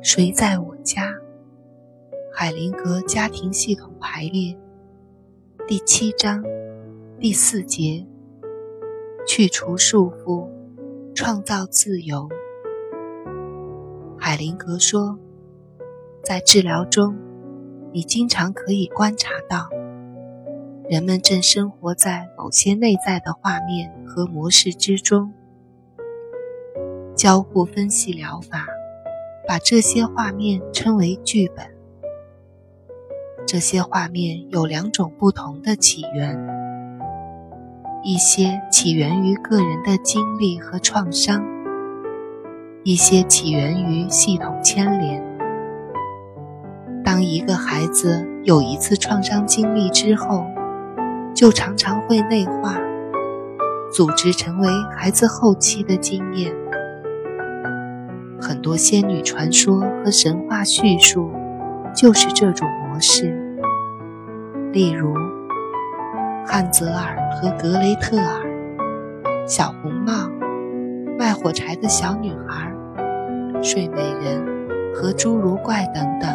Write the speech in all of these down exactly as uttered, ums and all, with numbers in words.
谁在我家？海灵格家庭系统排列第七章第四节，去除束缚，创造自由。海灵格说，在治疗中，你经常可以观察到，人们正生活在某些内在的画面和模式之中。交互分析疗法把这些画面称为剧本。这些画面有两种不同的起源，一些起源于个人的经历和创伤，一些起源于系统牵连。当一个孩子有一次创伤经历之后，就常常会内化，组织成为孩子后期的经验。很多仙女传说和神话叙述就是这种模式。例如汉泽尔和格雷特尔、小红帽、卖火柴的小女孩、睡美人和侏儒怪等等。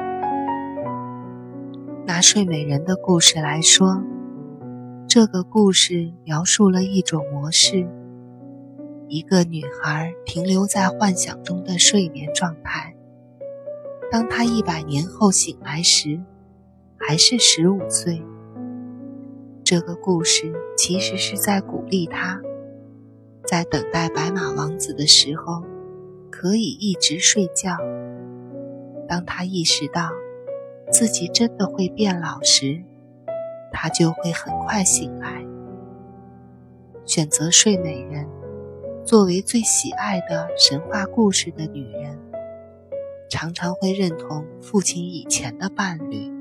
拿睡美人的故事来说，这个故事描述了一种模式，一个女孩停留在幻想中的睡眠状态，当她一百年后醒来时还是十五岁。这个故事其实是在鼓励她，在等待白马王子的时候可以一直睡觉。当她意识到自己真的会变老时，她就会很快醒来。选择睡美人作为最喜爱的神话故事的女人，常常会认同父亲以前的伴侣。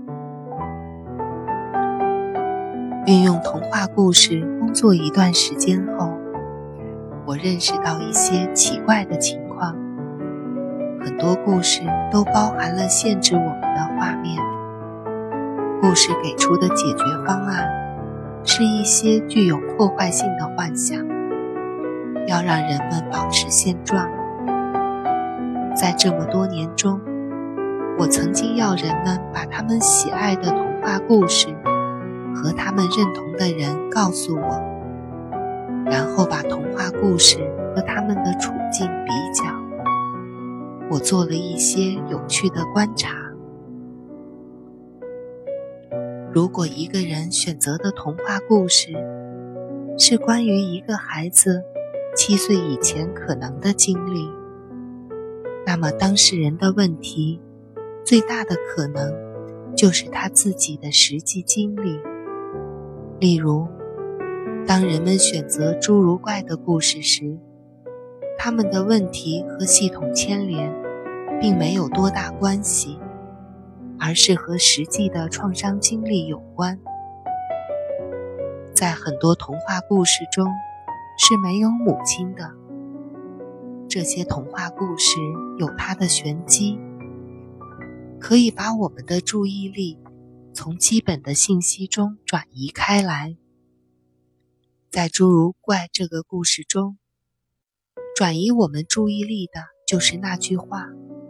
运用童话故事工作一段时间后，我认识到一些奇怪的情况。很多故事都包含了限制我们的画面。故事给出的解决方案是一些具有破坏性的幻想，要让人们保持现状。在这么多年中，我曾经要人们把他们喜爱的童话故事和他们认同的人告诉我，然后把童话故事和他们的处境比较。我做了一些有趣的观察。如果一个人选择的童话故事是关于一个孩子七岁以前可能的经历，那么当事人的问题最大的可能就是他自己的实际经历。例如，当人们选择侏儒怪的故事时，他们的问题和系统牵连并没有多大关系，而是和实际的创伤经历有关。在很多童话故事中是没有母亲的，这些童话故事有它的玄机，可以把我们的注意力从基本的信息中转移开来。在侏儒怪这个故事中，转移我们注意力的就是那句话：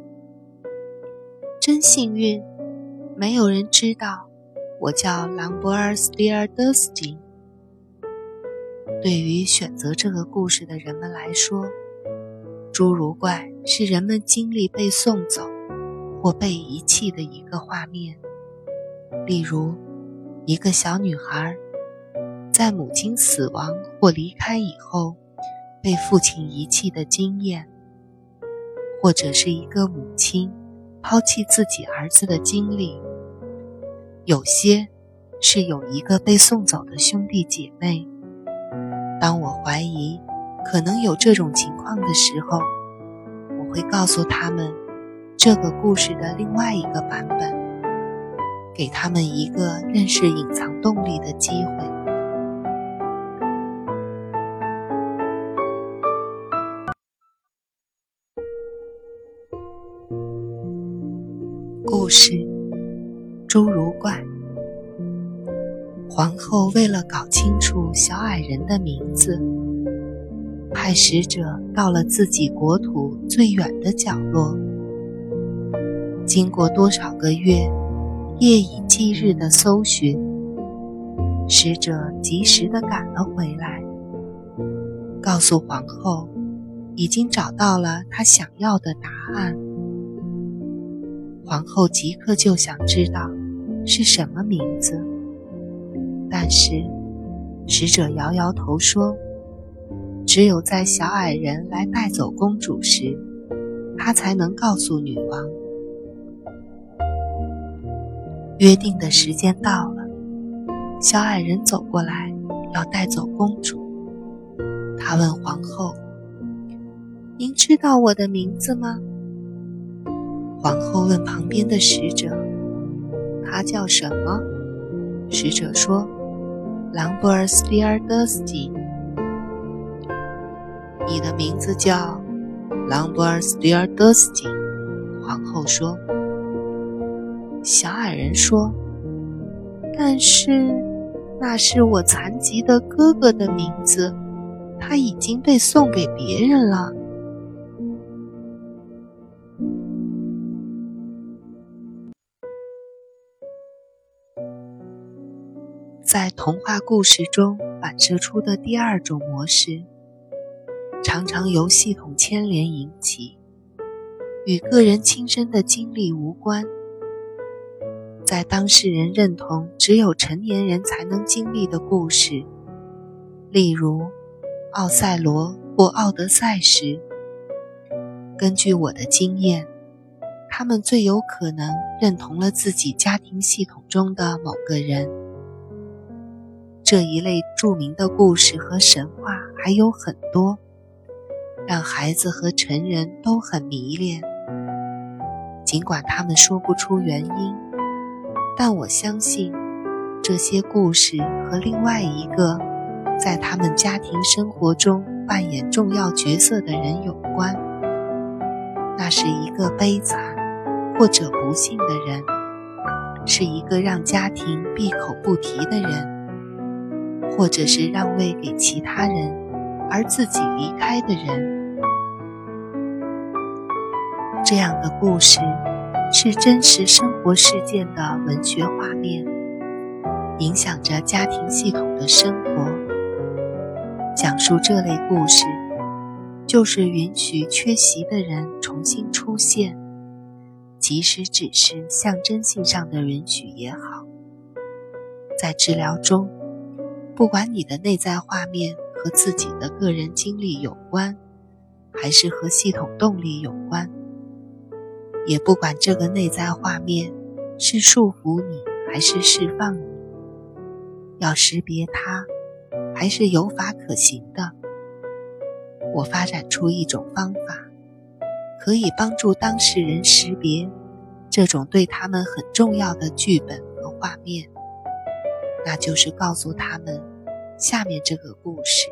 真幸运，没有人知道我叫朗博尔斯蒂尔德斯金。对于选择这个故事的人们来说，侏儒怪是人们经历被送走或被遗弃的一个画面。例如，一个小女孩在母亲死亡或离开以后被父亲遗弃的经验，或者是一个母亲抛弃自己儿子的经历。有些是有一个被送走的兄弟姐妹。当我怀疑可能有这种情况的时候，我会告诉他们这个故事的另外一个版本，给他们一个认识隐藏动力的机会。故事：侏儒怪。皇后为了搞清楚小矮人的名字，派使者到了自己国土最远的角落， 经过多少个月夜以继日的搜寻，使者及时地赶了回来，告诉皇后已经找到了她想要的答案。皇后即刻就想知道是什么名字，但是使者摇摇头说，只有在小矮人来带走公主时，他才能告诉女王。约定的时间到了，小矮人走过来要带走公主。他问皇后，您知道我的名字吗？皇后问旁边的使者，他叫什么？使者说，朗博尔斯蒂尔德斯金。你的名字叫朗博尔斯蒂尔德斯金，皇后说。小矮人说，但是那是我残疾的哥哥的名字，他已经被送给别人了。在童话故事中反射出的第二种模式，常常由系统牵连引起，与个人亲身的经历无关。在当事人认同只有成年人才能经历的故事，例如奥赛罗或奥德赛时，根据我的经验，他们最有可能认同了自己家庭系统中的某个人。这一类著名的故事和神话还有很多，让孩子和成人都很迷恋。尽管他们说不出原因，但我相信这些故事和另外一个在他们家庭生活中扮演重要角色的人有关。那是一个悲惨或者不幸的人，是一个让家庭闭口不提的人，或者是让位给其他人而自己离开的人。这样的故事是真实生活事件的文学画面，影响着家庭系统的生活。讲述这类故事，就是允许缺席的人重新出现，即使只是象征性上的允许也好。在治疗中，不管你的内在画面和自己的个人经历有关，还是和系统动力有关，也不管这个内在画面是束缚你还是释放你，要识别它还是有法可行的。我发展出一种方法，可以帮助当事人识别这种对他们很重要的剧本和画面，那就是告诉他们下面这个故事。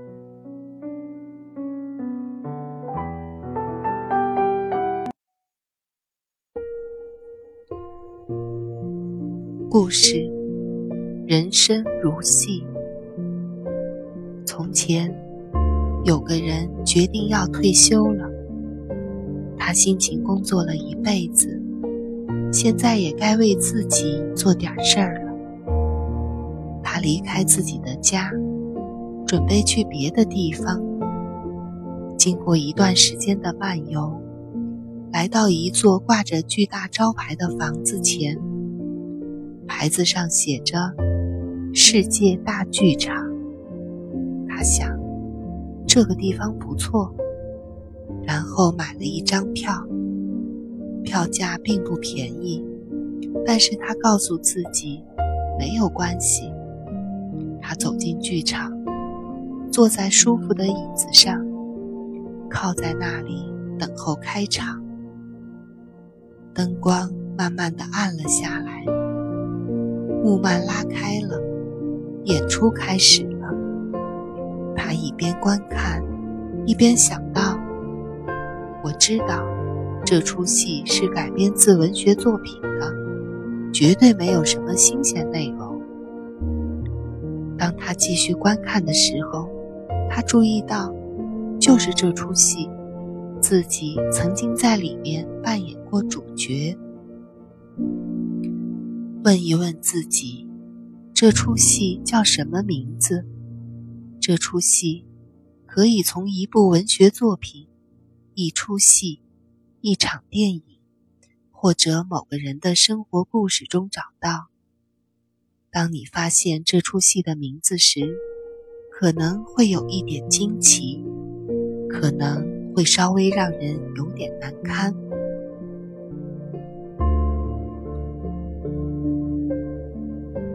故事，人生如戏。从前，有个人决定要退休了，他辛勤工作了一辈子，现在也该为自己做点事儿了。他离开自己的家，准备去别的地方。经过一段时间的漫游，来到一座挂着巨大招牌的房子前，牌子上写着世界大剧场。他想，这个地方不错，然后买了一张票。票价并不便宜，但是他告诉自己没有关系。他走进剧场，坐在舒服的椅子上，靠在那里等候开场。灯光慢慢地暗了下来，幕幔拉开了，演出开始了。他一边观看，一边想到，我知道这出戏是改编自文学作品的，绝对没有什么新鲜内容。当他继续观看的时候，他注意到，就是这出戏，自己曾经在里面扮演过主角。 问一问自己，这出戏叫什么名字？这出戏可以从一部文学作品、一出戏、一场电影，或者某个人的生活故事中找到。当你发现这出戏的名字时，可能会有一点惊奇，可能会稍微让人有点难堪。